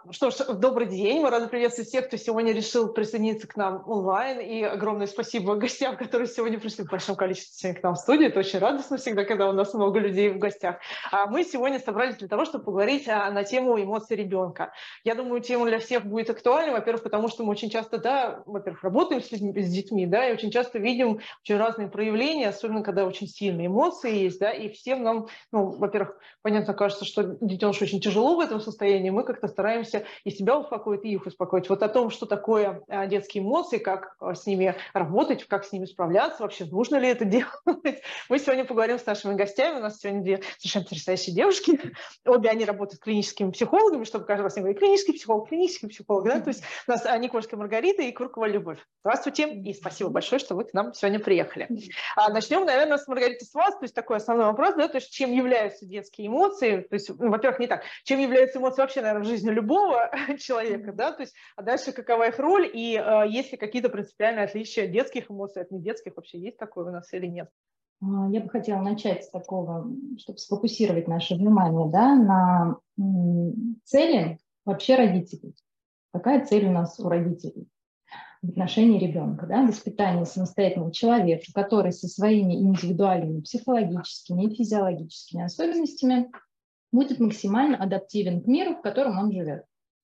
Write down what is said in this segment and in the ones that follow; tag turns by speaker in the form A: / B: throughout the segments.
A: Что ж, добрый день. Мы рады приветствовать всех, кто сегодня решил присоединиться к нам онлайн. И огромное спасибо гостям, которые сегодня пришли в большом количестве сегодня к нам в студию. Это очень радостно всегда, когда у нас много людей в гостях. А мы сегодня собрались для того, чтобы поговорить на тему эмоций ребенка. Я думаю, тема для всех будет актуальна. Во-первых, потому что мы очень часто, во-первых, работаем с детьми, и очень часто видим очень разные проявления, особенно когда очень сильные эмоции есть, и всем нам, во-первых, понятно, кажется, что детеныш очень тяжело в этом состоянии. Мы как-то стараемся и себя успокоить, и их успокоить. Вот о том, что такое детские эмоции, как с ними работать, как с ними справляться, вообще нужно ли это делать, мы сегодня поговорим с нашими гостями. У нас сегодня две совершенно потрясающие девушки. Обе они работают клиническими психологами, чтобы каждый раз не говорить клинический психолог, То есть у нас Никольская Маргарита и Куркова Любовь. Здравствуйте, и спасибо большое, что вы к нам сегодня приехали. Начнем, наверное, с Маргариты, с вас. То есть такой основной вопрос, то есть чем являются детские эмоции? То есть, во-первых, не так. Чем являются эмоции вообще, наверное, в жизни любого человека, то есть, а дальше какова их роль, и есть ли какие-то принципиальные отличия детских эмоций от недетских, вообще есть такое у нас или нет?
B: Я бы хотела начать с такого, чтобы сфокусировать наше внимание на цели вообще родителей. Какая цель у нас у родителей в отношении ребенка? Воспитание самостоятельного человека, который со своими индивидуальными психологическими и физиологическими особенностями будет максимально адаптивен к миру, в котором он живет.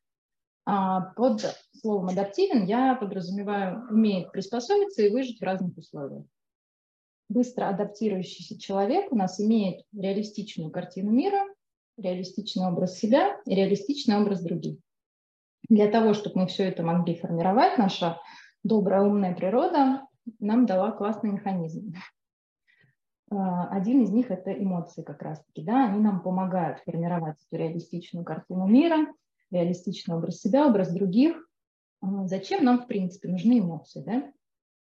B: Под словом «адаптивен» я подразумеваю, умеет приспособиться и выжить в разных условиях. Быстро адаптирующийся человек у нас имеет реалистичную картину мира, реалистичный образ себя и реалистичный образ других. Для того, чтобы мы все это могли формировать, наша добрая, умная природа нам дала классный механизм. Один из них – это эмоции как раз-таки. Они нам помогают формировать эту реалистичную картину мира, реалистичный образ себя, образ других. Зачем нам, в принципе, нужны эмоции?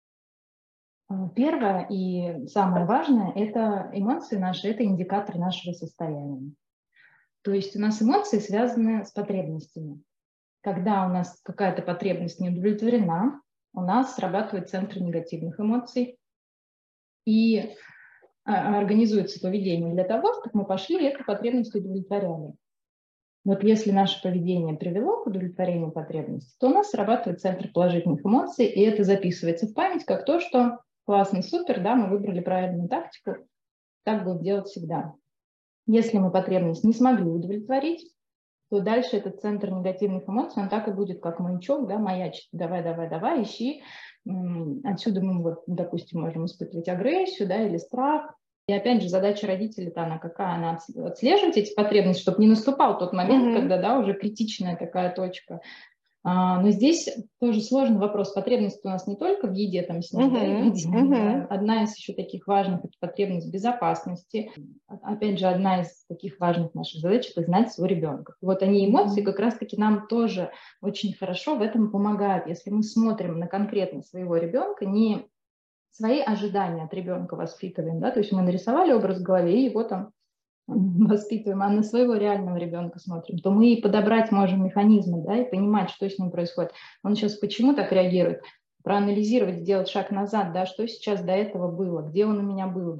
B: Первое и самое важное – это эмоции наши, это индикатор нашего состояния. То есть у нас эмоции связаны с потребностями. Когда у нас какая-то потребность не удовлетворена, у нас срабатывает центр негативных эмоций и организуется поведение для того, чтобы мы пошли и эту потребность удовлетворяли. Вот если наше поведение привело к удовлетворению потребности, то у нас срабатывает центр положительных эмоций, и это записывается в память как то, что классно, супер, мы выбрали правильную тактику, так будем делать всегда. Если мы потребность не смогли удовлетворить, то дальше этот центр негативных эмоций, он так и будет, как маячок, маячит, давай, ищи. Отсюда мы, допустим, можем испытывать агрессию, или страх. И опять же, задача родителей, она какая? Она отслеживать эти потребности, чтобы не наступал тот момент, когда, уже критичная такая точка. Но здесь тоже сложный вопрос. Потребность у нас не только в еде, снять, Одна из еще таких важных – это потребность безопасности. Опять же, одна из таких важных наших задач – это знать своего ребенка. Вот они, эмоции, как раз-таки нам тоже очень хорошо в этом помогают. Если мы смотрим на конкретно своего ребенка, не свои ожидания от ребенка воспитываем, то есть мы нарисовали образ в голове и его там воспитываем, а на своего реального ребенка смотрим, то мы и подобрать можем механизмы, и понимать, что с ним происходит. Он сейчас почему так реагирует? Проанализировать, сделать шаг назад, что сейчас до этого было, где он у меня был,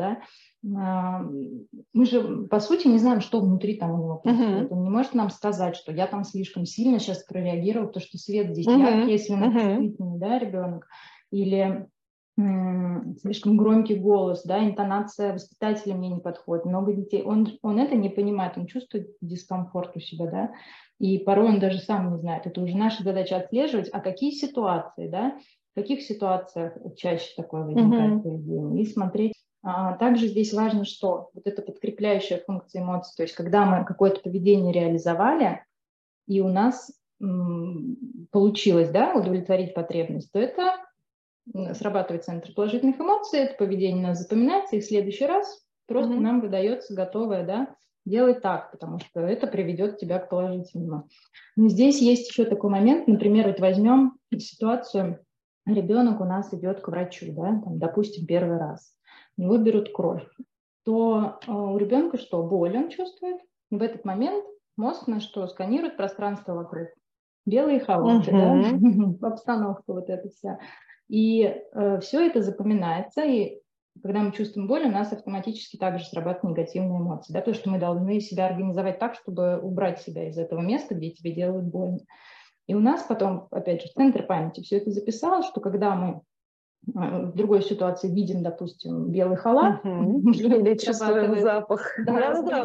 B: Мы же, по сути, не знаем, что внутри там у него происходит. Он не может нам сказать, что я там слишком сильно сейчас прореагировал, потому что свет здесь яркий, если он чувствительный, ребенок, или слишком громкий голос, интонация воспитателя мне не подходит. Много детей, он это не понимает, он чувствует дискомфорт у себя, и порой он даже сам не знает. Это уже наша задача отслеживать, а какие ситуации, в каких ситуациях чаще такое возникает поведение, и смотреть. Также здесь важно, что вот эта подкрепляющая функция эмоций, то есть когда мы какое-то поведение реализовали, и у нас получилось, удовлетворить потребность, то это срабатывает центр положительных эмоций, это поведение у нас запоминается, и в следующий раз просто нам выдается готовое, делай так, потому что это приведет тебя к положительному. Но здесь есть еще такой момент, например, возьмем ситуацию, ребенок у нас идет к врачу, допустим, первый раз, у него берут кровь, то у ребенка что, боль он чувствует, и в этот момент мозг на что сканирует пространство вокруг, белые холодки, обстановка вот эта вся. И все это запоминается, и Когда мы чувствуем боль, у нас автоматически также срабатывают негативные эмоции, да, потому что мы должны себя организовать так, чтобы убрать себя из этого места, где тебе делают больно. И у нас потом, опять же, в центре памяти все это записалось, что когда мы в другой ситуации видим, допустим, белый халат,
A: или чувствуем запах.
B: Да,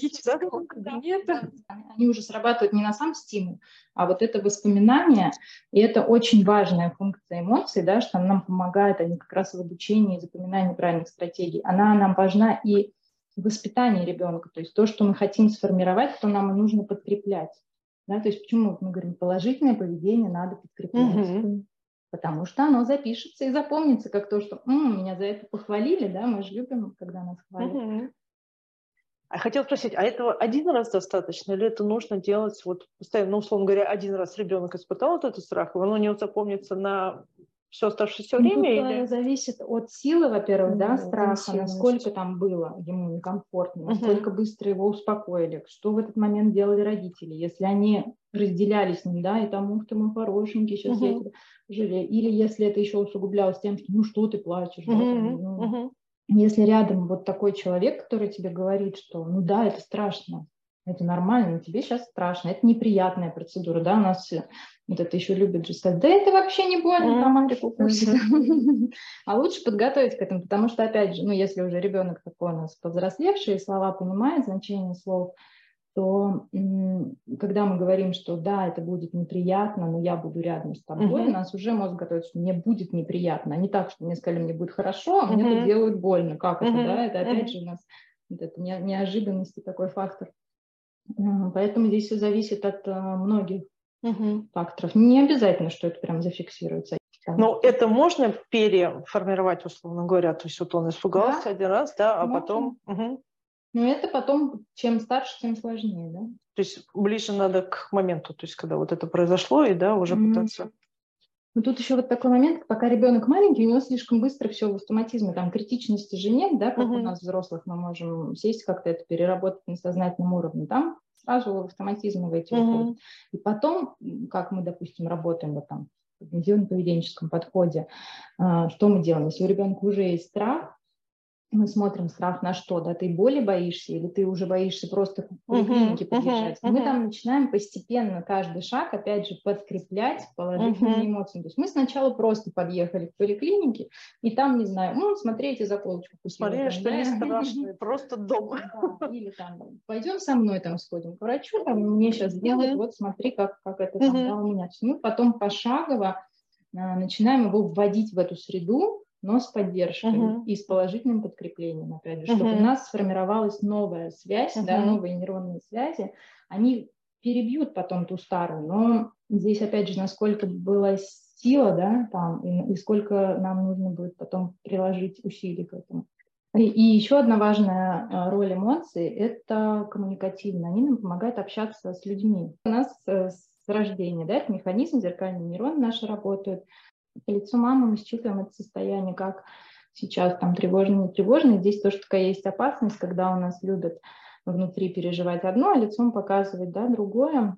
B: они уже срабатывают не на сам стимул, а вот это воспоминание, и это очень важная функция эмоций, да, что она нам помогает, они как раз в обучении и запоминании правильных стратегий. Она нам важна и в воспитании ребенка, то есть то, что мы хотим сформировать, то нам и нужно подкреплять. Да, то есть почему мы говорим, положительное поведение надо подкреплять? Потому что оно запишется и запомнится, как то, что меня за это похвалили, да, мы же любим, когда нас хвалят.
A: А хотел спросить, а этого один раз достаточно, или это нужно делать вот постоянно, ну, условно говоря, один раз ребенок испытал вот этот страх, и он у него запомнится на все оставшееся время?
B: Тут
A: или...
B: зависит от силы, во-первых, да, страха, насколько там было ему некомфортно, насколько быстро его успокоили, что в этот момент делали родители, если они разделяли с ним, да, и там, ух ты, мой хорошенький, сейчас я тебя жалею, или если это еще усугублялось тем, что, ну, что ты плачешь, да, там, если рядом вот такой человек, который тебе говорит, что, ну да, это страшно, это нормально, но тебе сейчас страшно, это неприятная процедура, да, у нас вот это еще любят же сказать, да это вообще не больно, комарик укусит. А лучше подготовить к этому, потому что, опять же, ну, если уже ребенок такой у нас повзрослевший, слова понимает, значение слов, то когда мы говорим, что да, это будет неприятно, но я буду рядом с тобой, у нас уже мозг готовит, что мне будет неприятно, а не так, что мне сказали, мне будет хорошо, а мне тут делают больно. Как это, да? Это опять же у нас вот это неожиданность и такой фактор. Поэтому здесь все зависит от многих факторов. Не обязательно, что это прям зафиксируется.
A: Но это можно переформировать, условно говоря, то есть вот он испугался один раз, да, а потом...
B: Но это потом, чем старше, тем сложнее, да?
A: То есть ближе надо к моменту, то есть когда вот это произошло, и да, уже пытаться...
B: Но тут еще вот такой момент, пока ребенок маленький, у него слишком быстро все в автоматизме, там критичности же нет, да, как у нас взрослых мы можем сесть как-то это переработать на сознательном уровне, там сразу в автоматизм в эти уходят. И потом, как мы, допустим, работаем вот там в когнитивно-поведенческом подходе, что мы делаем? Если у ребенка уже есть страх, мы смотрим страх на что, да, ты боли боишься или ты уже боишься просто в поликлинике подъезжать. Мы там начинаем постепенно каждый шаг, опять же, подкреплять положительными эмоциями. То есть мы сначала просто подъехали к поликлинике, и там, не знаю, смотрите, заколочку купила.
A: Смотри, что есть страшное, просто дома.
B: Да, или там, пойдем со мной там сходим к врачу, там, мне сейчас сделают, вот смотри, как это там, да, у меня. То есть мы потом пошагово начинаем его вводить в эту среду, но с поддержкой и с положительным подкреплением, опять же, чтобы у нас сформировалась новая связь, да, новые нейронные связи, они перебьют потом ту старую, но здесь, опять же, насколько была сила, да, там, и сколько нам нужно будет потом приложить усилий к этому. И еще одна важная роль эмоций – это коммуникативная. Они нам помогают общаться с людьми. У нас с рождения, да, это механизм, зеркальные нейроны наши работают. По лицу мамы мы считываем это состояние, как сейчас там тревожно, не тревожно. Здесь тоже такая есть опасность, когда у нас любят внутри переживать одно, а лицом показывать, да, другое,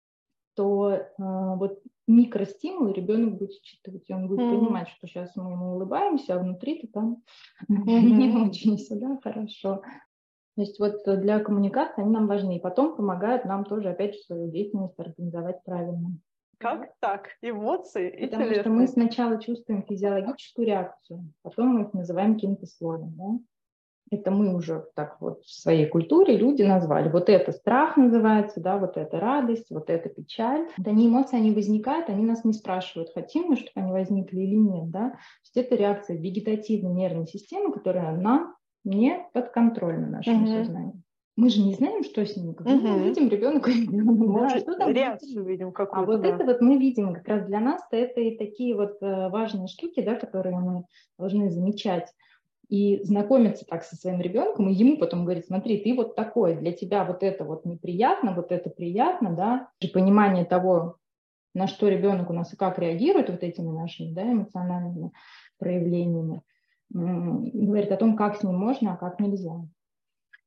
B: то вот микростимул ребенок будет считывать, и он будет понимать, что сейчас мы ему улыбаемся, а внутри-то там не очень все, да, хорошо. То есть вот для коммуникации они нам важны, и потом помогают нам тоже, опять же, свою деятельность организовать правильно.
A: Как так? Эмоции?
B: Потому что мы сначала чувствуем физиологическую реакцию, потом мы их называем каким-то словом. Да? Это мы уже так вот в своей культуре люди назвали. Вот это страх называется, да, вот это радость, вот это печаль. Вот они эмоции, они возникают, они нас не спрашивают, хотим мы, чтобы они возникли или нет. Да? То есть это реакция вегетативной нервной системы, которая нам не подконтрольна нашему сознанию. Мы же не знаем, что с ним. Мы видим ребенка,
A: да, что там реакцию видим какую-то.
B: А вот это вот мы видим как раз для нас, это и такие вот важные штуки, да, которые мы должны замечать и знакомиться так со своим ребенком, и ему потом говорить, смотри, ты вот такой, для тебя вот это вот неприятно, вот это приятно, да, и понимание того, на что ребенок у нас и как реагирует вот этими нашими, да, эмоциональными проявлениями, говорит о том, как с ним можно, а как нельзя.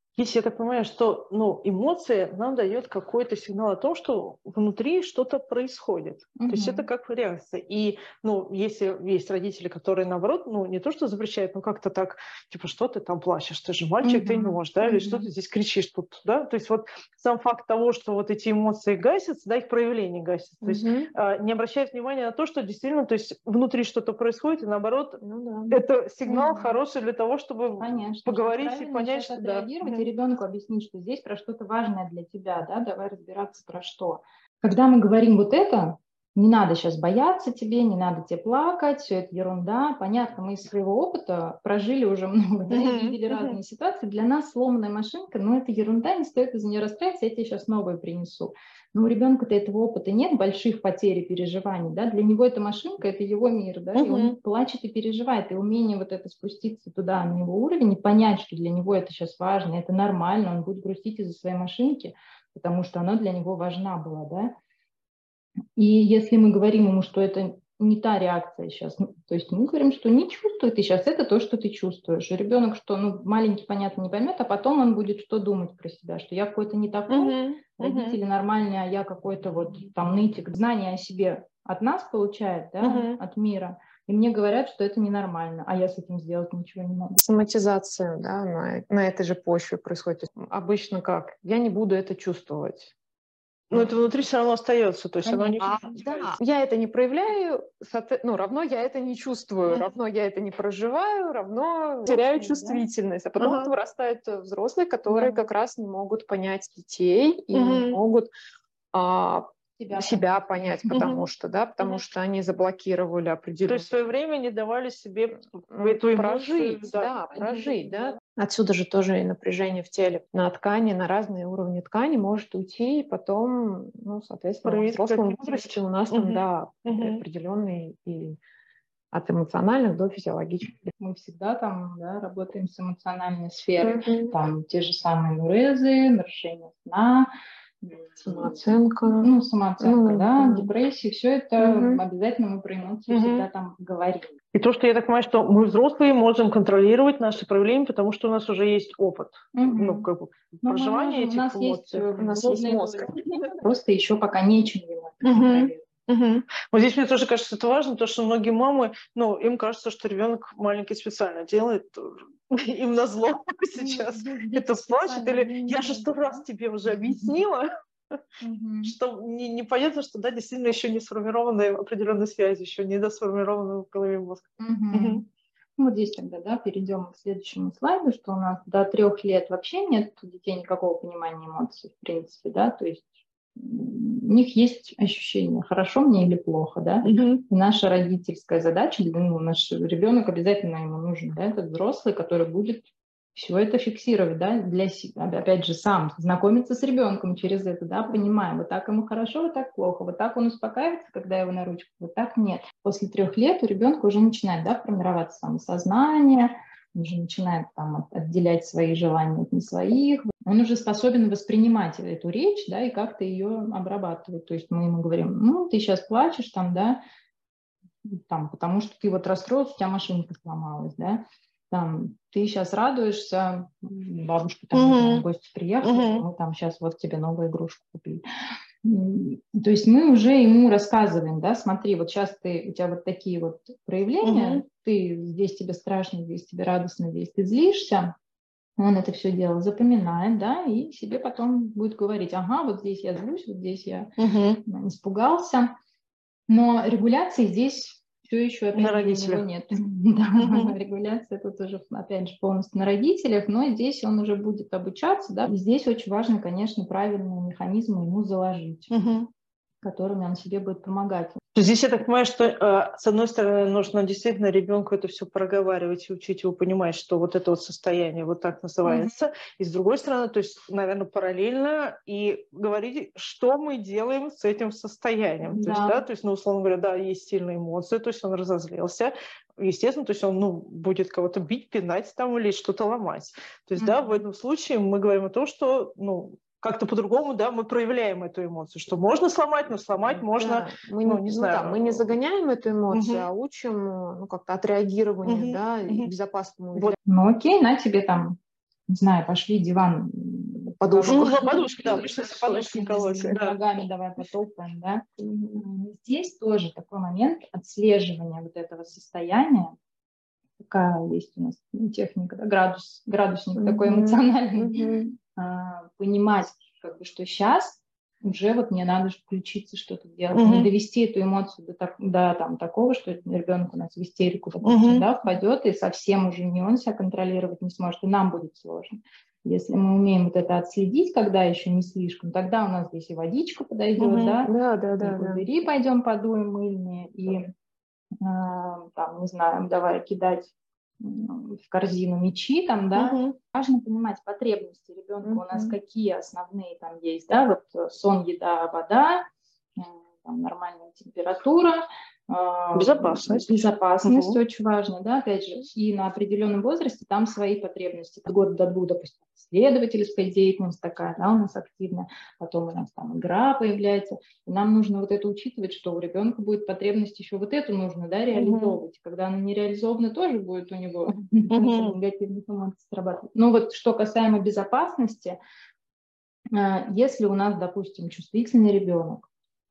A: Если я так понимаю, что эмоция нам дает какой-то сигнал о том, что внутри что-то происходит. То есть это как реакция. И если есть родители, которые наоборот, не то что запрещают, но как-то так, типа, что ты там плачешь, ты же мальчик, ты не можешь, да, или что ты здесь кричишь тут, да. То есть вот сам факт того, что вот эти эмоции гасятся, да, их проявление гасится. То есть не обращают внимания на то, что действительно, то есть внутри что-то происходит, и наоборот, это сигнал хороший для того, чтобы поговорить и понять, что да.
B: И ребенку объяснить, что здесь про что-то важное для тебя, да, давай разбираться про что. Когда мы говорим вот это, не надо сейчас бояться тебе, не надо тебе плакать, все это ерунда. Понятно, мы из своего опыта прожили уже много, да, и видели разные ситуации. Для нас сломанная машинка, это ерунда, не стоит из нее расстраиваться, я тебе сейчас новую принесу. Но у ребенка-то этого опыта нет, больших потерь и переживаний, да, для него эта машинка, это его мир, да, и он плачет и переживает, и умение вот это спуститься туда, на его уровень, и понять, что для него это сейчас важно, это нормально, он будет грустить из-за своей машинки, потому что она для него важна была, да. И если мы говорим ему, что это не та реакция сейчас, то есть мы говорим, что не чувствуй ты сейчас, это то, что ты чувствуешь. И ребенок, что маленький, понятно, не поймет, а потом он будет что думать про себя, что я какой-то не такой, родители нормальные, а я какой-то вот там нытик, знание о себе от нас получает, да, от мира. И мне говорят, что это ненормально, а я с этим сделать ничего не могу.
C: Соматизация, да, на этой же почве происходит. Обычно как? Я не буду это чувствовать.
A: Но это внутри все равно остается, то есть оно не...
C: Да, я это не проявляю, равно я это не чувствую, равно я это не проживаю, равно теряю чувствительность. А потом вырастают взрослые, которые как раз не могут понять детей и не могут себя понять, потому что они заблокировали определенную...
A: То есть в свое время не давали себе эту
C: прожить, прожить, да. Отсюда же тоже и напряжение в теле. На ткани, на разные уровни ткани может уйти, и потом, соответственно, в взрослом возрасте у нас там, определенный и от эмоциональных до физиологических.
B: Мы всегда там, работаем с эмоциональной сферой. Там те же самые нурезы, нарушение сна,
C: самооценка.
B: Депрессия, все это обязательно мы про эмоции всегда там говорим.
A: И то, что я так понимаю, что мы взрослые можем контролировать наши проявления, потому что у нас уже есть опыт проживания этих эмоций.
B: У нас есть мозг. Просто еще пока нечем его контролировать.
A: Вот здесь мне тоже кажется, это важно, то, что многие мамы, им кажется, что ребенок маленький специально делает, им назло сейчас это плачет, или я же 100 раз тебе уже объяснила, что непонятно, что действительно еще не сформированы определенные связи, еще не досформированы в голове мозга.
B: Вот здесь тогда, перейдем к следующему слайду, что у нас до 3 лет вообще нет у детей никакого понимания эмоций, в принципе, да, то есть у них есть ощущение, хорошо мне или плохо, да. И наша родительская задача, наш ребенок обязательно ему нужен, да, этот взрослый, который будет все это фиксировать, да, для себя, опять же, сам знакомиться с ребенком через это, да, понимаем, вот так ему хорошо, вот так плохо, вот так он успокаивается, когда его на ручку, вот так нет. После 3 лет у ребенка уже начинает, формироваться самосознание, он уже начинает там отделять свои желания от не своих, он уже способен воспринимать эту речь, да, и как-то ее обрабатывать. То есть мы ему говорим, ты сейчас плачешь там, да, там, потому что ты вот расстроился, у тебя машинка сломалась, да, там, ты сейчас радуешься, бабушка там в гости приехала, мы там сейчас вот тебе новую игрушку купили. То есть мы уже ему рассказываем, да, смотри, вот сейчас у тебя вот такие вот проявления, ты здесь тебе страшно, здесь тебе радостно, здесь ты злишься, он это все дело запоминает, да, и себе потом будет говорить, вот здесь я злюсь, вот здесь я испугался, но регуляции здесь все еще опять
A: на родителях
B: нет. Регуляция тут уже опять же полностью на родителях, но здесь он уже будет обучаться, да. И здесь очень важно, конечно, правильные механизмы ему заложить, которыми он себе будет помогать.
A: Здесь я так понимаю, что с одной стороны нужно действительно ребенку это все проговаривать и учить его понимать, что вот это вот состояние вот так называется, и с другой стороны, то есть, наверное, параллельно и говорить, что мы делаем с этим состоянием. То есть, то есть, условно говоря, есть сильные эмоции, то есть он разозлился, естественно, то есть он будет кого-то бить, пинать там или что-то ломать. То есть, в этом случае мы говорим о том, что, как-то по-другому, мы проявляем эту эмоцию, что можно сломать, но сломать можно,
C: мы не загоняем эту эмоцию, а учим, как-то отреагированию, и безопасному.
B: Окей, на тебе там не знаю, пошли диван,
C: подушку.
A: Подушки, да, пришлось подушки колоть.
B: Ногами давай потопаем, да. Здесь тоже такой момент отслеживания вот этого состояния. Такая есть у нас техника, да, градусник такой эмоциональный. Понимать, как бы, что сейчас уже вот мне надо включиться, что-то делать, не довести эту эмоцию до там, такого, что ребенок у нас в истерику, допустим, да, впадет, и совсем уже не он себя контролировать не сможет, и нам будет сложно. Если мы умеем вот это отследить, когда еще не слишком, тогда у нас здесь и водичка подойдет, да, и пузыри пойдем подуем мыльные, и там, не знаю, давай кидать в корзину мячи, там, да, важно понимать потребности ребенка, у нас какие основные там есть, да, вот сон, еда, вода, там, нормальная температура, безопасность очень важно, да, опять же, и на определенном возрасте там свои потребности, от года до 2, допустим, исследовательская деятельность такая, да, у нас активная, потом у нас там игра появляется, и нам нужно вот это учитывать, что у ребенка будет потребность еще вот эту нужно, да, реализовывать, когда она не реализована, тоже будет у него негативных эмоций срабатывать. Ну вот, что касаемо безопасности, если у нас, допустим, чувствительный ребенок,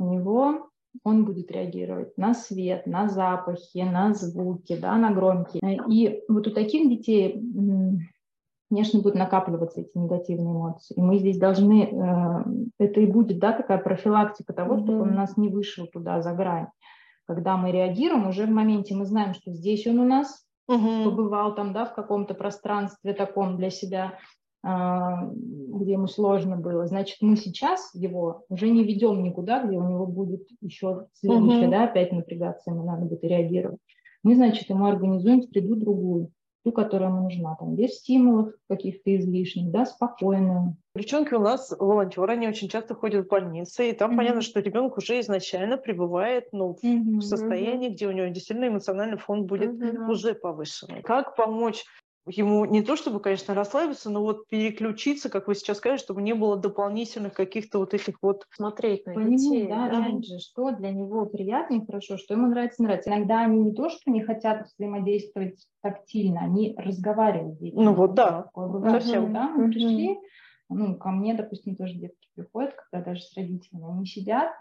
B: он будет реагировать на свет, на запахи, на звуки, да, на громкие. И вот у таких детей, конечно, будут накапливаться эти негативные эмоции. И мы здесь должны, это и будет, да, такая профилактика того, чтобы он у нас не вышел туда за грань. Когда мы реагируем, уже в моменте мы знаем, что здесь он у нас побывал там, да, в каком-то пространстве таком для себя, где ему сложно было, значит, мы сейчас его уже не ведем никуда, где у него будет еще следующее, да, опять напрягаться, ему надо будет реагировать. Мы, значит, ему организуем среду другую, ту, которая ему нужна, там, без стимулов каких-то излишних, да, спокойную.
A: Девчонки у нас волонтеры, они очень часто ходят в больницы, и там понятно, что ребенок уже изначально пребывает, ну, в состоянии, где у него действительно эмоциональный фон будет уже повышенный. Как помочь ему не то чтобы, конечно, расслабиться, но вот переключиться, как вы сейчас сказали, чтобы не было дополнительных каких-то вот этих вот...
C: Смотреть на детей.
B: Да, опять же, что для него приятно и хорошо, что ему нравится. Иногда они не то, что не хотят взаимодействовать тактильно, они разговаривают с детьми.
A: Ну вот да,
B: совсем. Да, мы пришли, ну, ко мне, допустим, тоже детки приходят, когда даже с родителями, они сидят,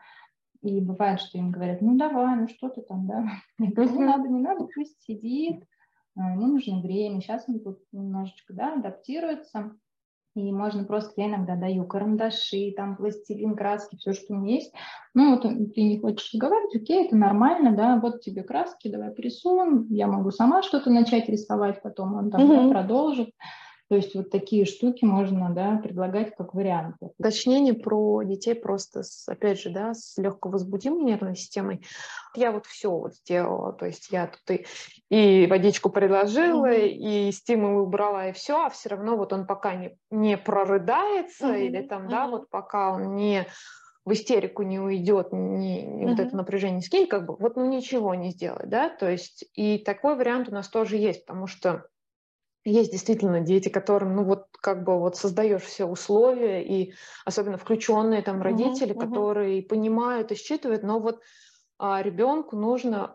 B: и бывает, что им говорят, ну давай, ну что ты там, да, я говорю, не надо, пусть сидит, ему нужно время, сейчас он тут немножечко, да, адаптируется, и можно просто, я иногда даю карандаши, там, пластилин, краски, все, что у меня есть. Ну, вот ты не хочешь разговаривать, окей, это нормально, да, вот тебе краски, давай порисуем, я могу сама что-то начать рисовать, потом он там да, продолжит. То есть вот такие штуки можно, да, предлагать как варианты.
C: Уточнение про детей просто, опять же, да, с легко возбудимой нервной системой. Я вот все вот сделала, то есть я тут и водичку предложила, и стимулы убрала, и все, а все равно вот он пока не прорыдается, или там, да, вот пока он не в истерику не уйдет, не вот это напряжение скинет, как бы вот ну ничего не сделать, да, то есть и такой вариант у нас тоже есть, потому что есть действительно дети, которым, ну вот как бы вот создаешь все условия, и особенно включенные там родители, которые понимают и считывают, но вот ребенку нужно,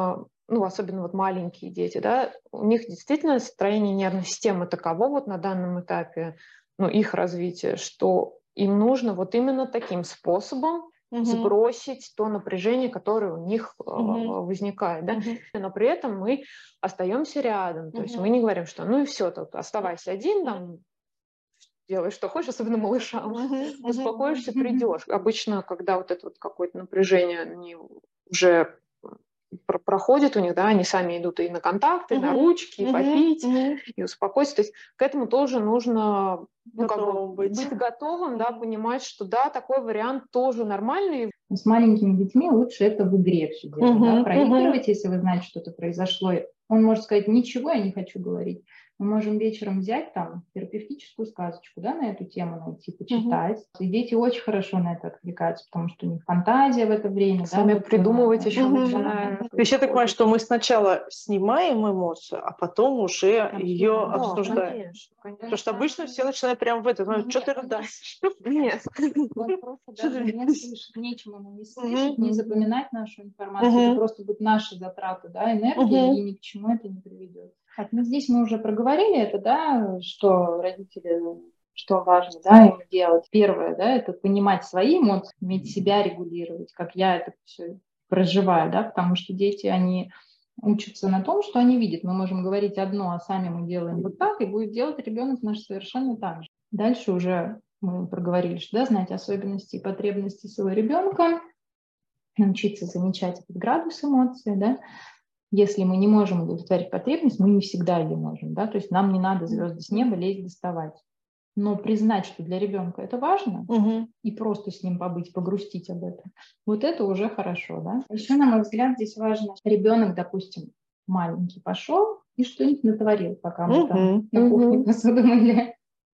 C: ну особенно вот маленькие дети, да, у них действительно строение нервной системы таково вот на данном этапе, ну их развития, что им нужно вот именно таким способом сбросить то напряжение, которое у них возникает, да? Но при этом мы остаемся рядом, то есть мы не говорим, что ну и все, тут оставайся один, там, делай, что хочешь, особенно малышам, успокоишься, придешь. Обычно, когда вот это вот какое-то напряжение, они уже проходит у них, да, они сами идут и на контакты, на ручки, и попить, и успокоиться. То есть к этому тоже нужно ну, как бы быть готовым, да, понимать, что да, такой вариант тоже нормальный.
B: С маленькими детьми лучше это в игре все делать, да, проигрывать, если вы знаете, что-то произошло. Он может сказать, ничего я не хочу говорить. Мы можем вечером взять там терапевтическую сказочку, да, на эту тему найти, почитать. И дети очень хорошо на это откликаются, потому что у них фантазия в это время.
C: Сами
B: да,
C: придумывать еще начинаем.
A: То есть я так понимаю, что мы сначала снимаем эмоцию, а потом уже ее обсуждаем.
C: Конечно.
A: Потому что обычно все начинают прямо в это. Ну, что ты рыдаешь?
C: Нет.
B: Просто даже не слышать, нечему ему не слышать, не запоминать нашу информацию. Это просто будут наши затраты, да, энергии, и ни к чему это не приведет. Так, ну здесь мы уже проговорили это, да, что родители, что важно, да, им делать. Первое, да, это понимать свои эмоции, уметь себя регулировать, как я это все проживаю, да, потому что дети, они учатся на том, что они видят. Мы можем говорить одно, а сами мы делаем вот так, и будет делать ребенок наш совершенно так же. Дальше уже мы проговорили, что, да, знать особенности и потребности своего ребенка, научиться замечать этот градус эмоций, да. Если мы не можем удовлетворить потребность, мы не всегда ее можем, да, то есть нам не надо звезды с неба лезть доставать. Но признать, что для ребенка это важно, и просто с ним побыть, погрустить об этом, вот это уже хорошо, да. Еще, на мой взгляд, здесь важно, ребенок, допустим, маленький пошел и что-нибудь натворил, пока мы там на кухне посуду мыли.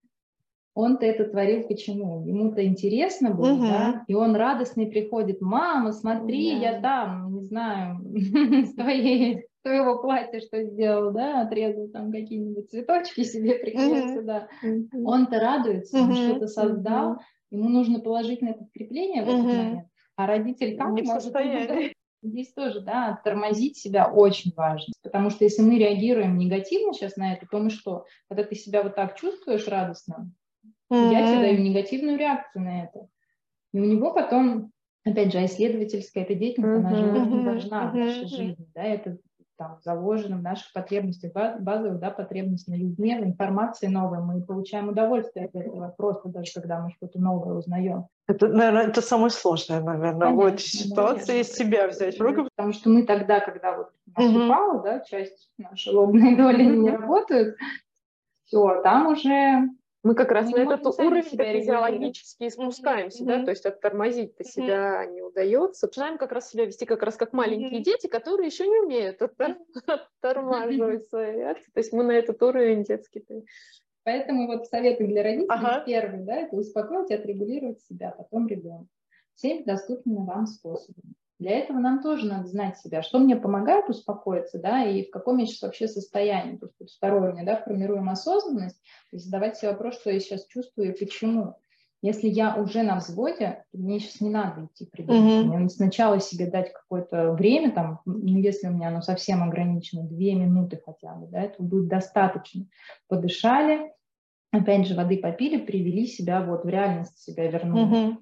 B: Он-то это творил почему? Ему-то интересно было, да? И он радостный приходит: мама, смотри, я там, не знаю, с твоего платья что сделал, да? Отрезал там какие-нибудь цветочки себе, приклеил сюда. Он-то радуется, он что-то создал, ему нужно положительное подкрепление в этот момент. А родитель как может? Здесь тоже, да, тормозить себя очень важно, потому что если мы реагируем негативно сейчас на это, то мы что? Когда ты себя вот так чувствуешь радостно, я тебе даю негативную реакцию на это. И у него потом, опять же, исследовательская эта деятельность, она же очень важна в нашей жизни, да, это там заложено в наших потребностях, базовых, да, потребностей на людьми, в информации новой, мы получаем удовольствие от этого, просто даже когда мы что-то новое узнаем.
A: Это, наверное, это самое сложное, наверное, в этой ситуации из себя взять в руку.
B: Потому что мы тогда, когда вот упало, да, часть нашей лобной доли не работают, все, там уже...
C: Мы как раз на этот уровень физиологически спускаемся, да, то есть оттормозить-то себя не удается. Начинаем как раз себя вести как раз как маленькие дети, которые еще не умеют оттормаживать свои реакции. То есть мы на этот уровень детский.
B: Поэтому вот советы для родителей. Первый, да, это успокоить и отрегулировать себя, потом ребенка. Всеми доступными вам способами. Для этого нам тоже надо знать себя, что мне помогает успокоиться, да, и в каком я сейчас вообще состоянии. То есть второе, да, формируем осознанность, то есть задавать себе вопрос, что я сейчас чувствую и почему. Если я уже на взводе, то мне сейчас не надо идти придумать. Мне надо сначала себе дать какое-то время, там, если у меня оно совсем ограничено, 2 минуты хотя бы, да, этого будет достаточно. Подышали, опять же, воды попили, привели себя, вот в реальность себя вернули.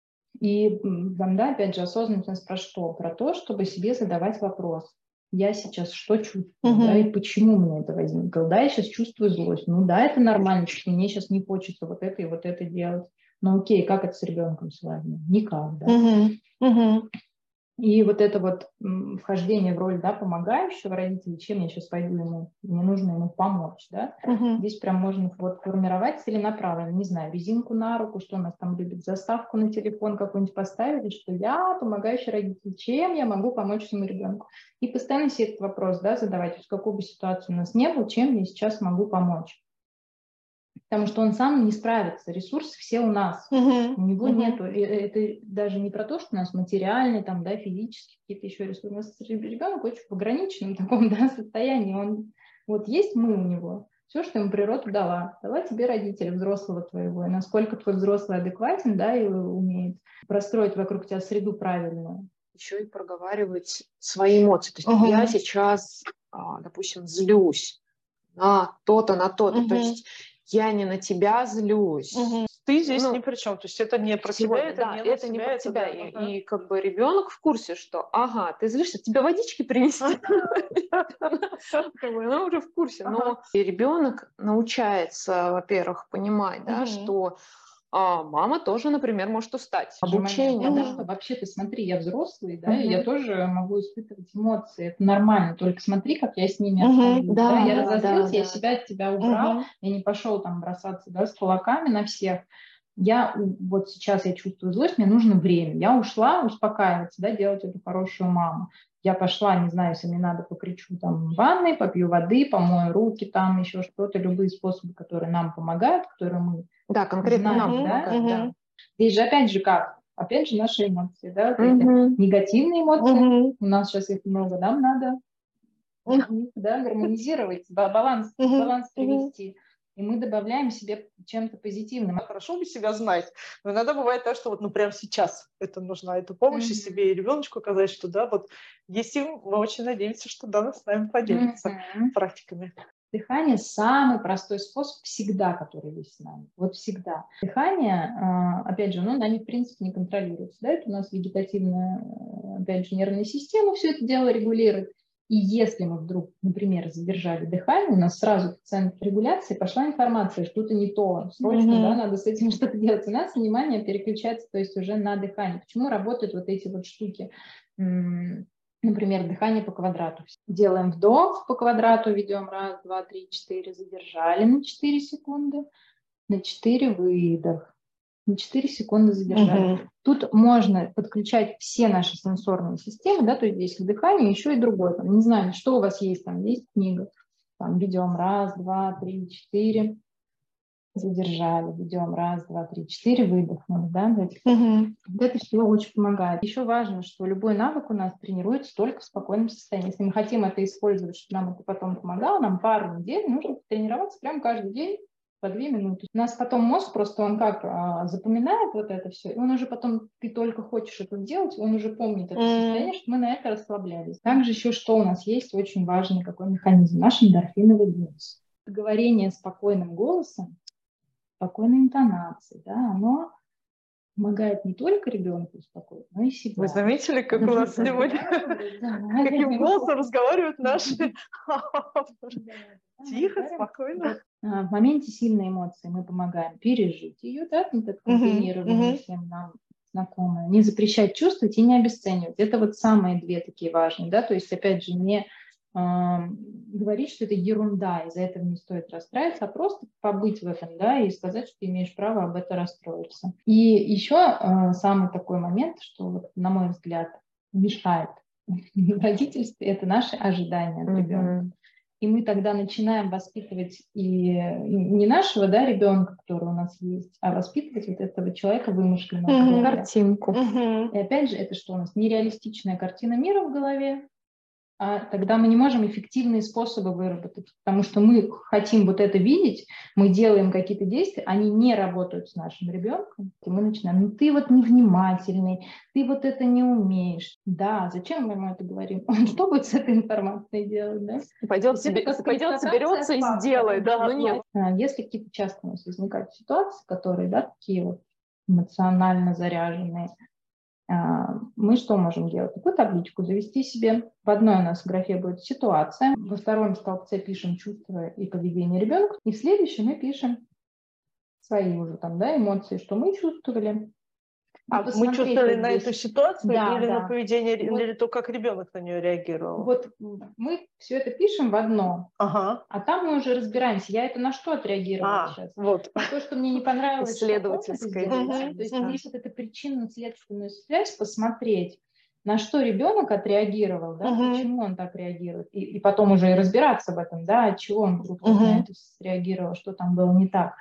B: И вам, да, опять же, осознанность про что? Про то, чтобы себе задавать вопрос. Я сейчас что чувствую, да, и почему мне это возникло? Да, я сейчас чувствую злость. Ну да, это нормально, что мне сейчас не хочется вот это и вот это делать. Ну окей, как это с ребенком связано? Никак, да. И вот это вот вхождение в роль, да, помогающего родителя, чем я сейчас пойду ему, мне нужно ему помочь, да. Здесь прям можно вот формировать целенаправленно, не знаю, резинку на руку, что у нас там любит, заставку на телефон какую-нибудь поставили, что я помогающий родитель, чем я могу помочь своему ребенку. И постоянно себе этот вопрос, да, задавать, в какой бы ситуации у нас не было, чем я сейчас могу помочь. Потому что он сам не справится, ресурсы все у нас, у него нету, это даже не про то, что у нас материальные, там, да, физические какие-то еще ресурсы, у нас ребенок очень в ограниченном таком, да, состоянии, он, вот есть мы у него, все, что ему природа дала тебе родители взрослого твоего, и насколько твой взрослый адекватен, да, и умеет простроить вокруг тебя среду правильную.
C: Еще и проговаривать свои эмоции, то есть я сейчас, допустим, злюсь на то-то, то есть я не на тебя злюсь.
A: Ты здесь ни при чем. То есть это не про тебя, это не про тебя.
C: И как бы ребенок в курсе, что ты злишься, тебе водички принести. Она уже в курсе. Но ребенок научается, во-первых, понимать, да, что мама тоже, например, может устать.
B: Обучение, да, что вообще ты смотри, я взрослый, да, и я тоже могу испытывать эмоции, это нормально, только смотри, как я с ними обхожусь, да, я разозлился, я себя от тебя убрал, я не пошел там бросаться, да, с кулаками на всех, вот сейчас я чувствую злость, мне нужно время, я ушла успокаиваться, да, делать эту хорошую маму. Я пошла, не знаю, если мне надо, покричу там в ванной, попью воды, помою руки, там еще что-то, любые способы, которые нам помогают, которые мы
C: конкретно
B: знаем,
C: нам помогают, да.
B: Здесь же опять же как? Опять же наши эмоции, да, негативные эмоции, у нас сейчас их много, нам надо да, гармонизировать, баланс привести. и мы добавляем себе чем-то позитивным.
A: Хорошо бы себя знать, но иногда бывает так, что вот, ну, прямо сейчас это нужна, эту помощь себе и ребеночку оказать, что да, вот есть им, мы очень надеемся, что да, с нами поделится практиками.
B: Дыхание – самый простой способ всегда, который есть с нами. Вот всегда. Дыхание, опять же, нами в принципе не контролируется. Да? Это у нас вегетативная, опять же, нервная система все это дело регулирует. И если мы вдруг, например, задержали дыхание, у нас сразу в центр регуляции пошла информация, что-то не то, срочно, да, надо с этим что-то делать. У нас внимание переключается, то есть уже на дыхание. Почему работают вот эти вот штуки? Например, дыхание по квадрату. Делаем вдох по квадрату, ведем 1, 2, 3, 4, задержали на 4 секунды, на 4 выдох, на 4 секунды задержали. Тут можно подключать все наши сенсорные системы, да, то есть здесь дыхание, еще и другое. Там, не знаю, что у вас есть, там есть книга, там ведем 1, 2, 3, 4, задержали, ведем 1, 2, 3, 4, выдохнули, да, вот это все очень помогает. Еще важно, что любой навык у нас тренируется только в спокойном состоянии. Если мы хотим это использовать, чтобы нам это потом помогало, нам пару недель нужно тренироваться прямо каждый день по 2 минуты. У нас потом мозг просто, он как запоминает вот это все, и он уже потом, ты только хочешь это делать, он уже помнит это состояние, что мы на это расслаблялись. Также еще что у нас есть очень важный какой механизм, наш эндорфиновый голос. Говорение спокойным голосом, спокойной интонации, да, оно помогает не только ребенку успокоить, но и себе.
A: Вы заметили, как у нас сегодня каким голосом разговаривают наши? Тихо, спокойно.
B: В моменте сильной эмоции мы помогаем пережить ее, да, метод комбинирования всем нам знакомое. Не запрещать чувствовать и не обесценивать. Это вот самые две такие важные, да, то есть опять же не говорить, что это ерунда, из-за этого не стоит расстраиваться, а просто побыть в этом, да, и сказать, что ты имеешь право об этом расстроиться. И еще самый такой момент, что, вот, на мой взгляд, мешает в родительстве, это наши ожидания от ребенка. И мы тогда начинаем воспитывать и не нашего, да, ребенка, который у нас есть, а воспитывать вот этого человека вымышленного.
C: Картинку.
B: И опять же, это что у нас? Нереалистичная картина мира в голове, а тогда мы не можем эффективные способы выработать, потому что мы хотим вот это видеть, мы делаем какие-то действия, они не работают с нашим ребенком, и мы начинаем, ну ты вот невнимательный, ты вот это не умеешь. Да, зачем мы ему это говорим? Он что будет с этой информацией делать, да?
C: Пойдет, соберется и сделает, да, но нет.
B: Если какие-то часто у нас возникают ситуации, которые, да, такие вот эмоционально заряженные, мы что можем делать? Такую табличку завести себе. В одной у нас графе будет ситуация, во втором столбце пишем чувства и поведение ребенка, и в следующем мы пишем свои уже там, да, эмоции, что мы чувствовали.
A: А мы чувствовали на эту ситуацию или на поведение, или то, как ребенок на нее реагировал?
B: Вот мы все это пишем в одно, а там мы уже разбираемся, я это на что отреагировала сейчас.
A: Вот.
B: На то, что мне не понравилось.
C: Исследовательское.
B: То есть здесь вот эту причинно-следственную связь посмотреть, на что ребенок отреагировал, да, почему он так реагирует, и потом уже и разбираться в этом, да, от чего он вдруг на это среагировал, что там было не так.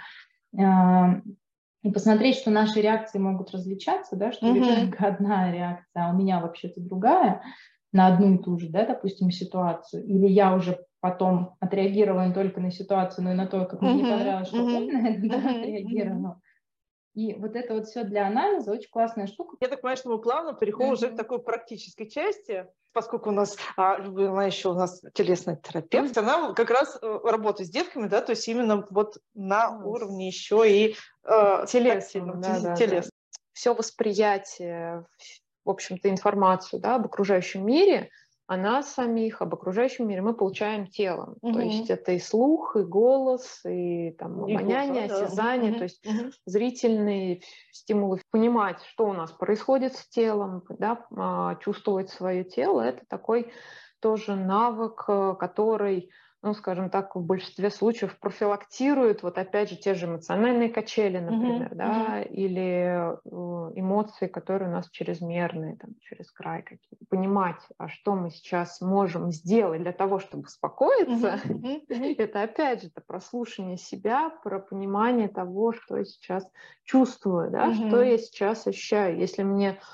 B: И посмотреть, что наши реакции могут различаться, да, что у ребенка одна реакция, а у меня вообще-то другая на одну и ту же, да, допустим, ситуацию. Или я уже потом отреагировала не только на ситуацию, но и на то, как мне не понравилось, что он на это отреагировал. И вот это вот все для анализа очень классная штука.
A: Я так понимаю, что мы плавно переходим уже к такой практической части, поскольку у нас, она еще у нас телесный терапевт, она как раз работает с детками, да, то есть именно вот на уровне еще и
C: телесном. Все восприятие, в общем-то, информацию, да, об окружающем мире, о нас самих, об окружающем мире мы получаем телом. То есть это и слух, и голос, и там, обоняние, осязание, то есть зрительные стимулы. Понимать, что у нас происходит с телом, да, чувствовать свое тело, это такой тоже навык, который, ну, скажем так, в большинстве случаев профилактирует, вот опять же, те же эмоциональные качели, например, да, или эмоции, которые у нас чрезмерные, там, через край какие-то. Понимать, а что мы сейчас можем сделать для того, чтобы успокоиться, это опять же это прослушивание себя, про понимание того, что я сейчас чувствую, да, что я сейчас ощущаю. Если мне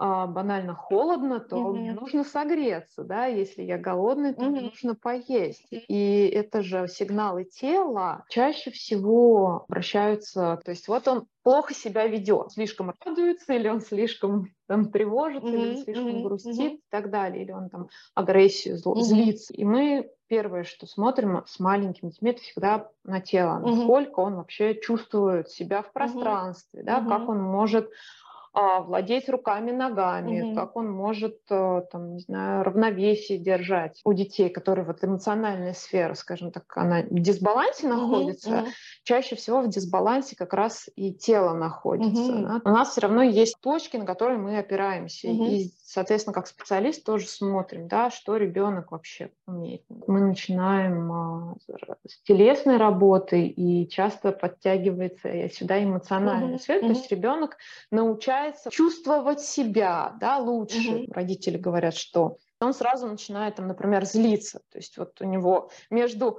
C: банально холодно, то мне нужно согреться, да, если я голодный, то мне нужно поесть. И это же сигналы тела чаще всего обращаются, то есть вот он плохо себя ведет, слишком радуется, или он слишком там тревожится, или он слишком грустит и так далее, или он там агрессию, злится. И мы первое, что смотрим с маленькими детьми, это всегда на тело, насколько он вообще чувствует себя в пространстве, да, как он может владеть руками, ногами, как он может, там, не знаю, равновесие держать. У детей, которые вот эмоциональная сфера, скажем так, она в дисбалансе находится, чаще всего в дисбалансе как раз и тело находится. Да? У нас все равно есть точки, на которые мы опираемся. И, соответственно, как специалист тоже смотрим, да, что ребенок вообще умеет. Мы начинаем с телесной работы, и часто подтягивается сюда эмоциональная сфера. То есть ребенок научается чувствовать себя, да, лучше. Родители говорят, что он сразу начинает, там, например, злиться. То есть вот у него между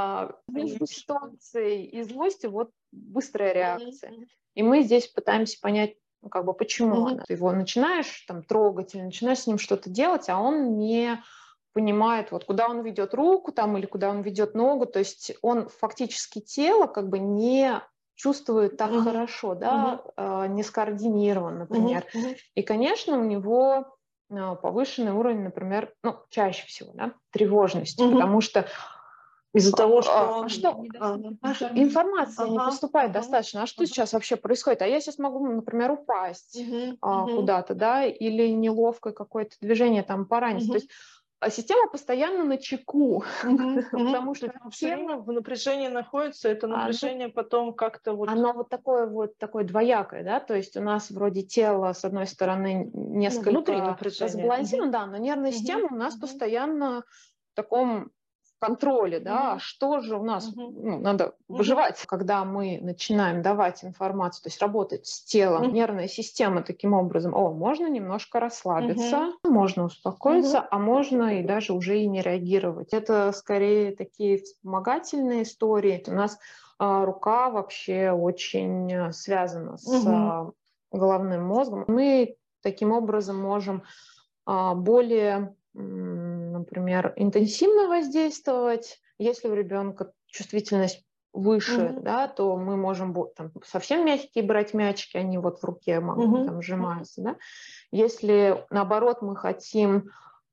C: ситуацией и злостью вот быстрая реакция. И мы здесь пытаемся понять, ну, как бы, почему она. Ты его начинаешь там трогать или начинаешь с ним что-то делать, а он не понимает, вот куда он ведет руку там или куда он ведет ногу. То есть он фактически тело как бы не чувствует так хорошо, да, не скоординирован, например. И, конечно, у него повышенный уровень, например, ну, чаще всего, да, тревожности, потому что
A: из-за того, что
C: информация не поступает достаточно. А что сейчас вообще происходит? А я сейчас могу, например, упасть куда-то, да, или неловкое какое-то движение там поранить. То есть система постоянно на чеку, потому что
A: все время в напряжении находится, это напряжение потом как-то вот...
C: Оно вот такое двоякое, да, то есть у нас вроде тело, с одной стороны, несколько разбалансировано, да, но нервная система у нас постоянно в таком контроле, да, что же у нас, ну, надо выживать. Когда мы начинаем давать информацию, то есть работать с телом, нервная система таким образом, можно немножко расслабиться, можно успокоиться, а можно и даже уже и не реагировать. Это скорее такие вспомогательные истории. У нас рука вообще очень связана с головным мозгом. Мы таким образом можем более, например, интенсивно воздействовать. Если у ребенка чувствительность выше, да, то мы можем там, совсем мягкие брать мячики, они вот в руке там сжимаются. Да? Если, наоборот, мы хотим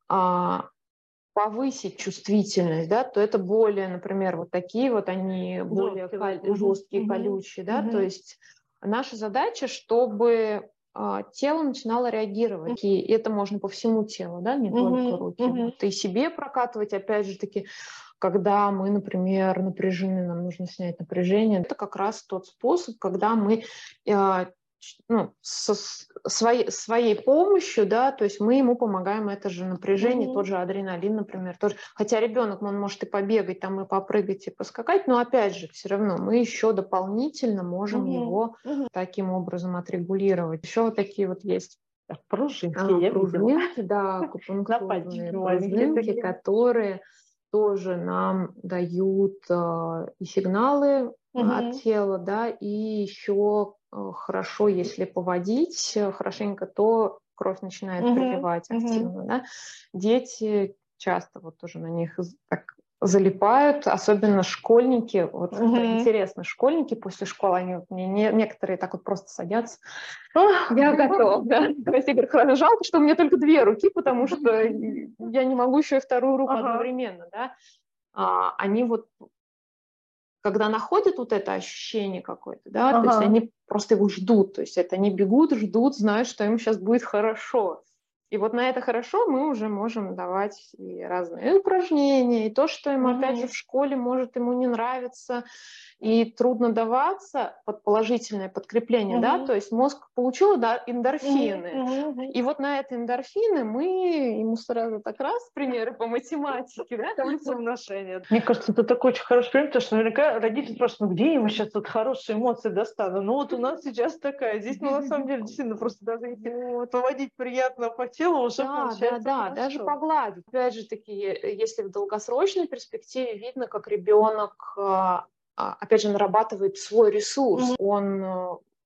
C: повысить чувствительность, да, то это более, например, вот такие вот, они более жесткие, колючие. Да? То есть наша задача, чтобы тело начинало реагировать. И это можно по всему телу, да, не только руки. Вот. И себе прокатывать, опять же таки, когда мы, например, напряжены, нам нужно снять напряжение. Это как раз тот способ, когда мы со своей помощью, да, то есть мы ему помогаем это же напряжение, тот же адреналин, например, тоже. Хотя ребенок, он может и побегать, там, и попрыгать, и поскакать, но опять же, все равно мы еще дополнительно можем его таким образом отрегулировать. Еще вот такие вот есть пружинки, да, акупунктурные пружинки, которые тоже нам дают и сигналы от тела, да, и еще хорошо, если поводить хорошенько, то кровь начинает приливать активно. Да? Дети часто вот тоже на них так залипают, особенно школьники. Вот интересно, школьники после школы, они вот, некоторые так вот просто садятся. Я готов, да. То есть, Игорь, хорошо, жалко, что у меня только 2 руки, потому что я не могу еще и 2-ю руку одновременно, да. Они вот, когда находят вот это ощущение какое-то, да, то есть они просто его ждут, то есть это они бегут, ждут, знают, что им сейчас будет хорошо. И вот на это хорошо мы уже можем давать и разные упражнения, и то, что им, опять же, в школе может ему не нравиться, и трудно даваться под положительное подкрепление, да, то есть мозг получил эндорфины, и вот на эти эндорфины мы ему сразу так раз примеры по математике, да,
A: таблица умножения. Мне кажется, это такой очень хороший пример, потому что наверняка родители спрашивают, где ему сейчас тут хорошие эмоции достану? Ну вот у нас сейчас такая, здесь, ну на самом деле, действительно, просто даже если поводить приятно по телу, уже получается
C: хорошо. Даже погладить. Опять же таки, если в долгосрочной перспективе видно, как ребенок опять же, нарабатывает свой ресурс. Он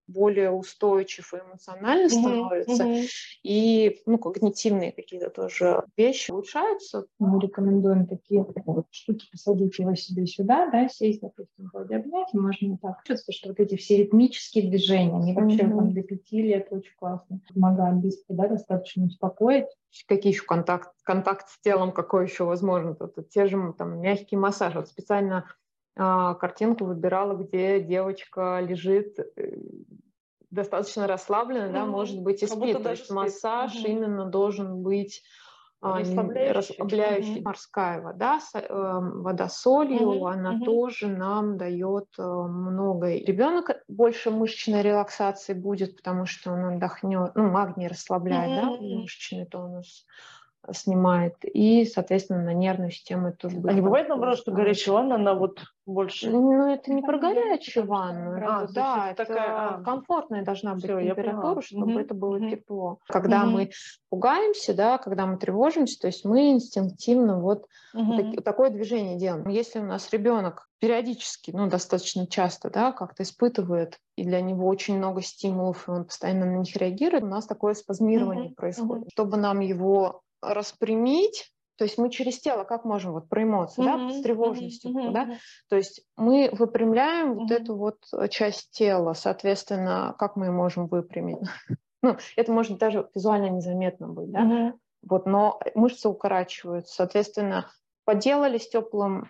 C: более устойчив и эмоционально становится, и когнитивные какие-то тоже вещи улучшаются.
B: Мы рекомендуем такие вот штуки, посадить его себе сюда, да, сесть, допустим, вроде обнять, можно так чувствовать, что вот эти все ритмические движения, они вообще там до 5 лет очень классно помогают быстро, да, достаточно успокоить.
C: Какие еще контакт с телом, какой еще возможен? Это те же там мягкий массаж. Вот специально картинку выбирала, где девочка лежит достаточно расслабленно, да, может быть, и спит. То есть массаж именно должен быть расслабляющий. Морская вода, вода с солью, она тоже нам дает много. Ребенок больше мышечной релаксации будет, потому что он отдохнет, магний расслабляет, да, мышечный тонус снимает, и, соответственно, на нервную систему это тоже будет.
A: А не бывает, наоборот, что горячая ванна, она вот больше...
C: это не про горячую ванну, да, это такая комфортная должна быть температура, чтобы это было тепло. Когда мы пугаемся, да, когда мы тревожимся, то есть мы инстинктивно вот такое движение делаем. Если у нас ребенок периодически, достаточно часто, да, как-то испытывает, и для него очень много стимулов, и он постоянно на них реагирует, у нас такое спазмирование происходит. Чтобы нам его распрямить, то есть мы через тело как можем вот про эмоции, да, с тревожностью, да, то есть мы выпрямляем вот эту вот часть тела, соответственно, как мы ее можем выпрямить? Это может даже визуально незаметно быть, да, вот, но мышцы укорачиваются, соответственно, поделали с теплым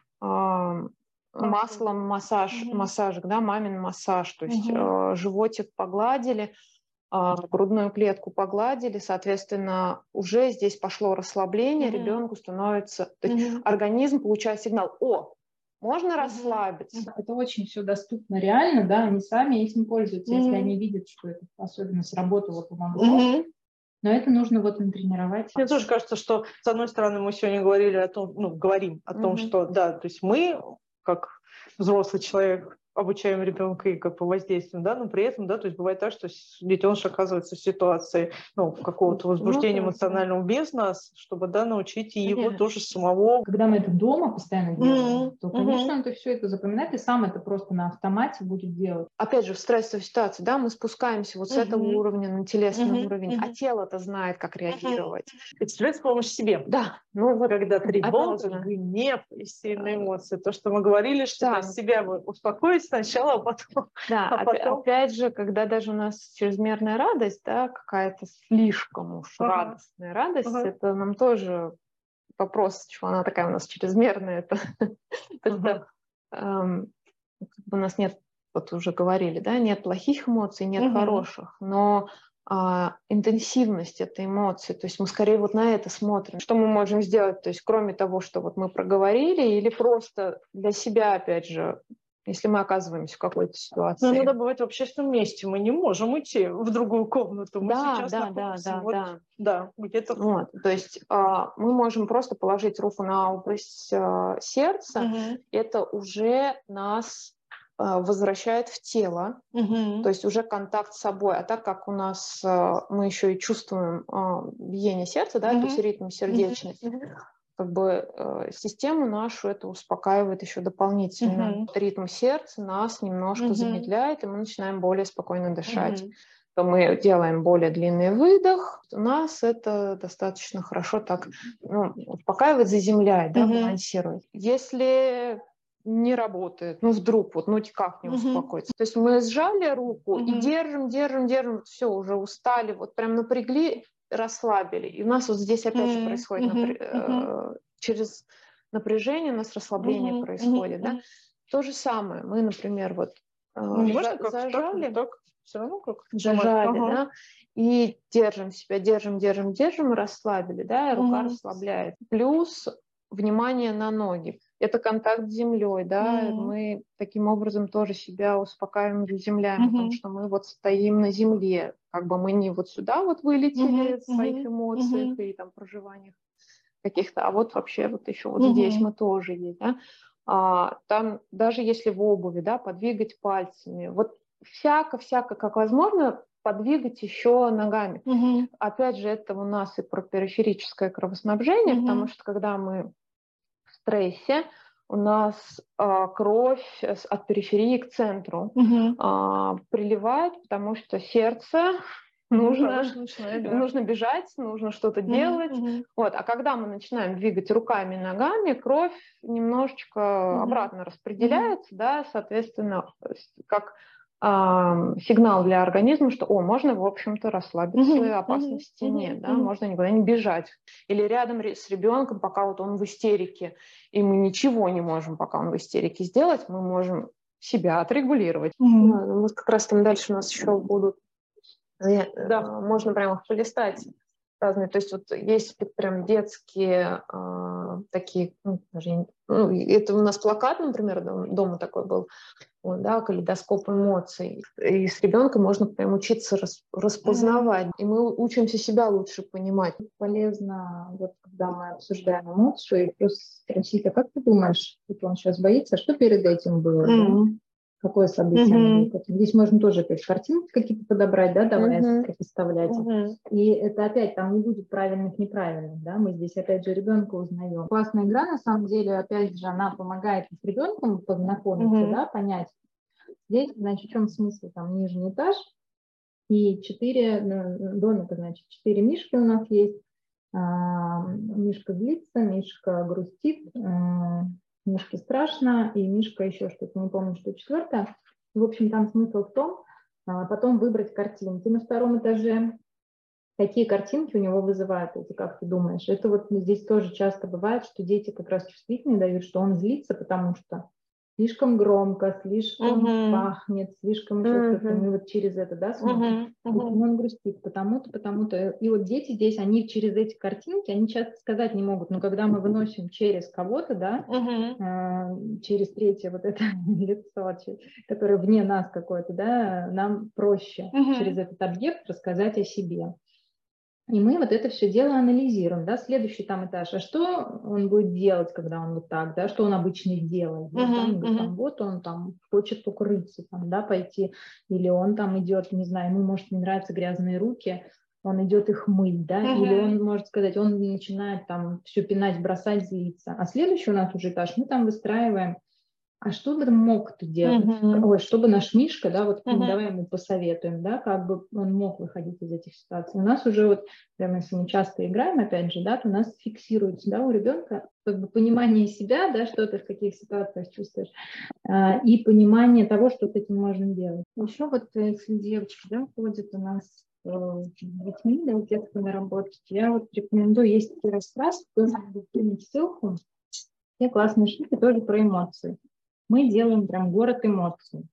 C: маслом массажик, да, мамин массаж, то есть животик погладили, грудную клетку погладили, соответственно, уже здесь пошло расслабление, ребенку становится... То есть организм получает сигнал: о, можно расслабиться.
B: Это очень все доступно реально, да, они сами этим пользуются, если они видят, что это особенно сработало, помогло. Но это нужно вот натренировать.
A: Мне тоже кажется, что, с одной стороны, мы сегодня говорили о том, говорим о том, что, да, то есть мы, как взрослый человек, обучаем ребенка и как по воздействию, да, но при этом, да, то есть бывает так, что детеныш оказывается в ситуации, какого-то возбуждения эмоционального без нас, чтобы, да, научить и его тоже самого.
B: Когда мы это дома постоянно делаем, то, конечно, он все это запоминает и сам это просто на автомате будет делать.
C: Опять же, в стрессовой ситуации, да, мы спускаемся вот с этого уровня на телесный уровень, а тело-то знает, как реагировать.
A: Экстресс помощь себе.
C: Да.
A: Когда тревога, гнев и сильные эмоции. То, что мы говорили, что себя успокоить сначала, а потом...
C: Да, опять же, когда даже у нас чрезмерная радость, да, какая-то слишком уж радостная радость, это нам тоже вопрос, чего она такая у нас чрезмерная. У нас нет, вот уже говорили, да, нет плохих эмоций, нет хороших, но интенсивность этой эмоции, то есть мы скорее вот на это смотрим. Что мы можем сделать, то есть кроме того, что вот мы проговорили, или просто для себя, опять же, если мы оказываемся в какой-то ситуации.
A: Но иногда бывает в общественном месте, мы не можем идти в другую комнату. Мы сейчас находимся где-то.
C: Вот, то есть мы можем просто положить руку на область сердца, это уже нас возвращает в тело, то есть уже контакт с собой. А так как у нас мы еще и чувствуем биение сердца, да, то есть ритм сердечный, как бы систему нашу это успокаивает еще дополнительно. Ритм сердца нас немножко замедляет, и мы начинаем более спокойно дышать. То мы делаем более длинный выдох, у нас это достаточно хорошо так успокаивает, заземляет, да, балансирует. Если не работает, вдруг никак не успокоится. То есть мы сжали руку и держим, все, уже устали, вот прям напрягли, расслабили. И у нас вот здесь опять же происходит через напряжение у нас расслабление происходит. Да? То же самое. Мы, например, вот зажали,
A: все равно как
C: зажали, да, и держим себя, держим, и расслабили, да, и рука расслабляет. Плюс внимание на ноги. Это контакт с землей, да, мы таким образом тоже себя успокаиваем, заземляем, потому что мы вот стоим на земле, как бы мы не вот сюда вот вылетели в своих эмоциях и там проживаниях каких-то, а вот вообще вот еще вот здесь мы тоже есть, да. Там даже если в обуви, да, подвигать пальцами, вот всяко, как возможно, подвигать еще ногами. Опять же, это у нас и про периферическое кровоснабжение, потому что когда мы в стрессе, у нас кровь от периферии к центру приливает, потому что сердце нужно бежать, нужно что-то делать. Вот. А когда мы начинаем двигать руками и ногами, кровь немножечко обратно распределяется, да, соответственно, как сигнал для организма, что можно, в общем-то, расслабиться, опасности нет, да, можно никуда не бежать. Или рядом с ребенком, пока вот он в истерике, и мы ничего не можем, пока он в истерике сделать, мы можем себя отрегулировать. Вот как раз там дальше у нас еще будут, можно прямо их полистать разные. То есть вот есть прям детские такие, это у нас плакат, например, дома такой был, да, калейдоскоп эмоций. И с ребенком можно прям учиться распознавать. И мы учимся себя лучше понимать.
B: Полезно, вот когда мы обсуждаем эмоцию, просто спросить, а как ты думаешь, вот он сейчас боится, что перед этим было? Да? Какое событие? Здесь можно тоже опять картинки какие-то подобрать, да, давай представлять. И это опять там не будет правильных, неправильных, да, мы здесь опять же ребенка узнаем. Классная игра, на самом деле, опять же, она помогает с ребенком познакомиться, да, понять. Здесь, значит, в чем смысл? Там нижний этаж и 4 домика, значит, 4 мишки у нас есть. Мишка злится, Мишка грустит, Мишке страшно, и Мишка еще что-то, не помню, что четвертое. В общем, там смысл в том, потом выбрать картинки на втором этаже. Какие картинки у него вызывают эти, как ты думаешь? Это вот здесь тоже часто бывает, что дети как раз чувствительные дают, что он злится, потому что слишком громко, слишком пахнет, слишком еще что-то. Мы вот через это, да, смотрим. Он грустит потому-то, потому-то. И вот дети здесь, они через эти картинки, они часто сказать не могут, но когда мы выносим через кого-то, да, через третье вот это лицо, которое вне нас какое-то, да, нам проще через этот объект рассказать о себе. И мы вот это все дело анализируем, да, следующий там этаж, а что он будет делать, когда он вот так, да, что он обычно делает, да, там, вот он там хочет укрыться, там, да, пойти, или он там идет, не знаю, ему, может, не нравятся грязные руки, он идет их мыть, да, или он может сказать, он начинает там все пинать, бросать, злиться. А следующий у нас уже этаж, мы там выстраиваем, а что бы мог ты делать? Ой, чтобы наш Мишка, да, вот давай ему посоветуем, да, как бы он мог выходить из этих ситуаций. У нас уже вот, прямо если мы часто играем, опять же, да, то у нас фиксируется, да, у ребенка как бы понимание себя, да, что ты в каких ситуациях чувствуешь, и понимание того, что с этим можно делать. Еще вот если девочки, да, ходят у нас с детьми, да, детскими работать, я вот рекомендую, есть такие раскраски, тоже буду кинуть ссылку, все классные штуки тоже про эмоции. Мы делаем прям город эмоций.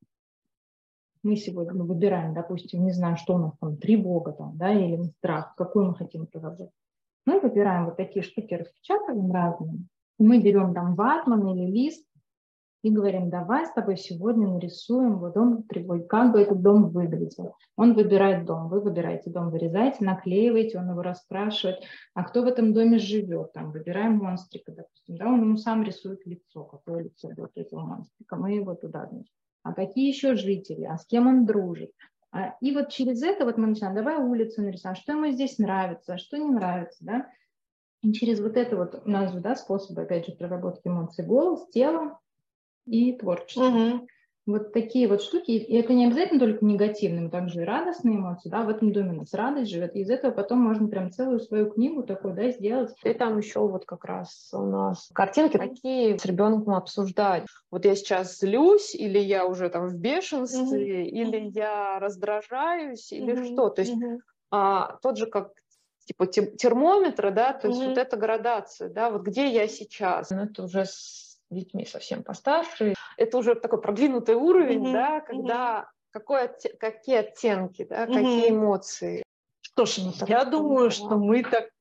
B: Мы сегодня выбираем, допустим, не знаю, что у нас там, тревога там, да, или страх, какой мы хотим проработать. Мы выбираем вот такие штуки, распечатываем разные. Мы берем там ватман или лист и говорим, давай с тобой сегодня нарисуем вот дом тревоги, как бы этот дом выглядел. Он выбирает дом, вы выбираете дом, вырезаете, наклеиваете, он его расспрашивает, а кто в этом доме живет, там, выбираем монстрика, допустим, да, он ему сам рисует лицо, какое лицо будет этого монстрика, мы его туда, значит. А какие еще жители, а с кем он дружит. И вот через это вот мы начинаем, давай улицу нарисуем, что ему здесь нравится, что не нравится, да. И через вот это вот у нас же, да, способы, опять же, проработки эмоций, голос, тело и творчество. Вот такие вот штуки, и это не обязательно только негативные, но также и радостные эмоции, да, в этом доме у нас радость живет, и из этого потом можно прям целую свою книгу такую, да, сделать.
C: И там еще вот как раз у нас картинки такие с ребенком обсуждать. Вот я сейчас злюсь, или я уже там в бешенстве, или я раздражаюсь, или что. То есть тот же как типа термометра, да, то есть вот эта градация, да, вот где я сейчас. Это уже с детьми совсем постарше. Это уже такой продвинутый уровень, да, когда какие оттенки, да, какие эмоции.
A: Что ж, я думаю, что мы так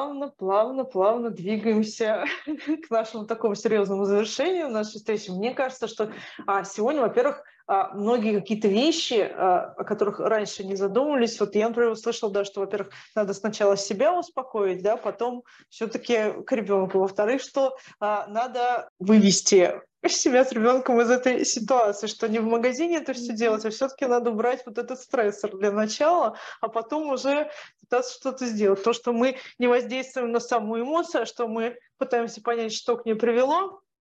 A: плавно двигаемся к нашему такому серьезному завершению нашей встречи. Мне кажется, что сегодня, во-первых, многие какие-то вещи, о которых раньше не задумывались. Вот я, например, услышала, да, что, во-первых, надо сначала себя успокоить, да, потом все-таки к ребенку. Во-вторых, что надо вывести себя с ребенком из этой ситуации, что не в магазине это все делать, а все-таки надо убрать вот этот стрессор для начала, а потом уже пытаться что-то сделать. То, что мы не воздействуем на саму эмоцию, а что мы пытаемся понять, что к ней привело,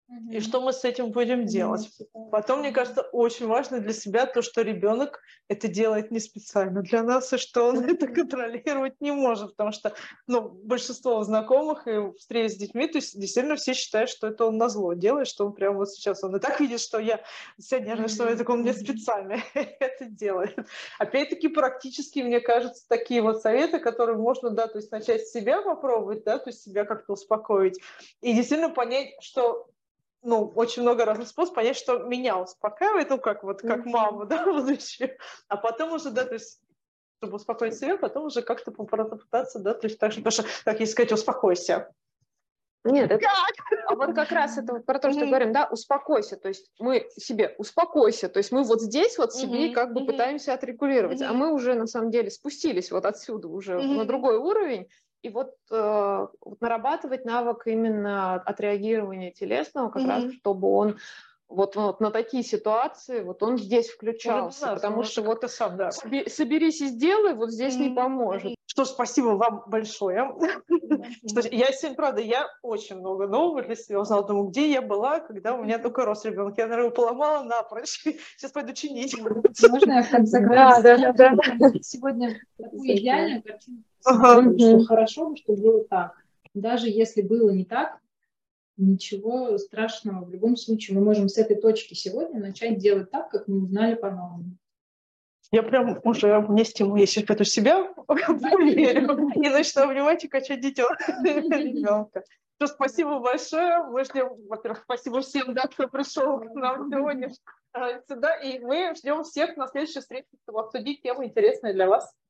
A: И что мы с этим будем делать? Потом, мне кажется, очень важно для себя то, что ребенок это делает не специально для нас, и что он это контролировать не может, потому что большинство знакомых и встреч с детьми, то есть действительно все считают, что это он назло делает, что он прямо вот сейчас, он и так видит, что я вся нервная, что это он мне специально это делает. Опять-таки практически, мне кажется, такие вот советы, которые можно, да, то есть начать с себя попробовать, да, то есть себя как-то успокоить, и действительно понять, что очень много разных способов понять, что меня успокаивает, как маму, да, будущее, а потом уже, да, то есть, чтобы успокоить себя, потом уже как-то попытаться, да, то есть так же, потому что, как если сказать, успокойся.
C: Нет, а вот как раз это вот про то, что говорим, да, успокойся, то есть мы себе успокойся, то есть мы вот здесь вот себе как бы пытаемся отрегулировать, а мы уже на самом деле спустились вот отсюда уже на другой уровень, и вот нарабатывать навык именно отреагирования телесного, как раз, чтобы он вот на такие ситуации, вот он здесь включался, потому что вот соберись и сделай, вот здесь не поможет.
A: Что ж, спасибо вам большое. Я сегодня, правда, я очень много нового для себя узнала. Думаю, где я была, когда у меня только рос ребенок. Я, наверное, поломала напрочь. Сейчас пойду чинить.
B: Можно я в конце концов? Да. Сегодня такую идеальную картину, что хорошо, что было так. Даже если было не так, ничего страшного. В любом случае мы можем с этой точки сегодня начать делать так, как мы узнали по-новому.
A: Я прям уже, у меня стимул есть, сейчас пойду себя проверю и начну обнимать и качать ребенка. Спасибо большое. Мы ждем, во-первых, спасибо всем, да, кто пришел к нам сегодня сюда, и мы ждем всех на следующей встрече, чтобы обсудить темы интересные для вас.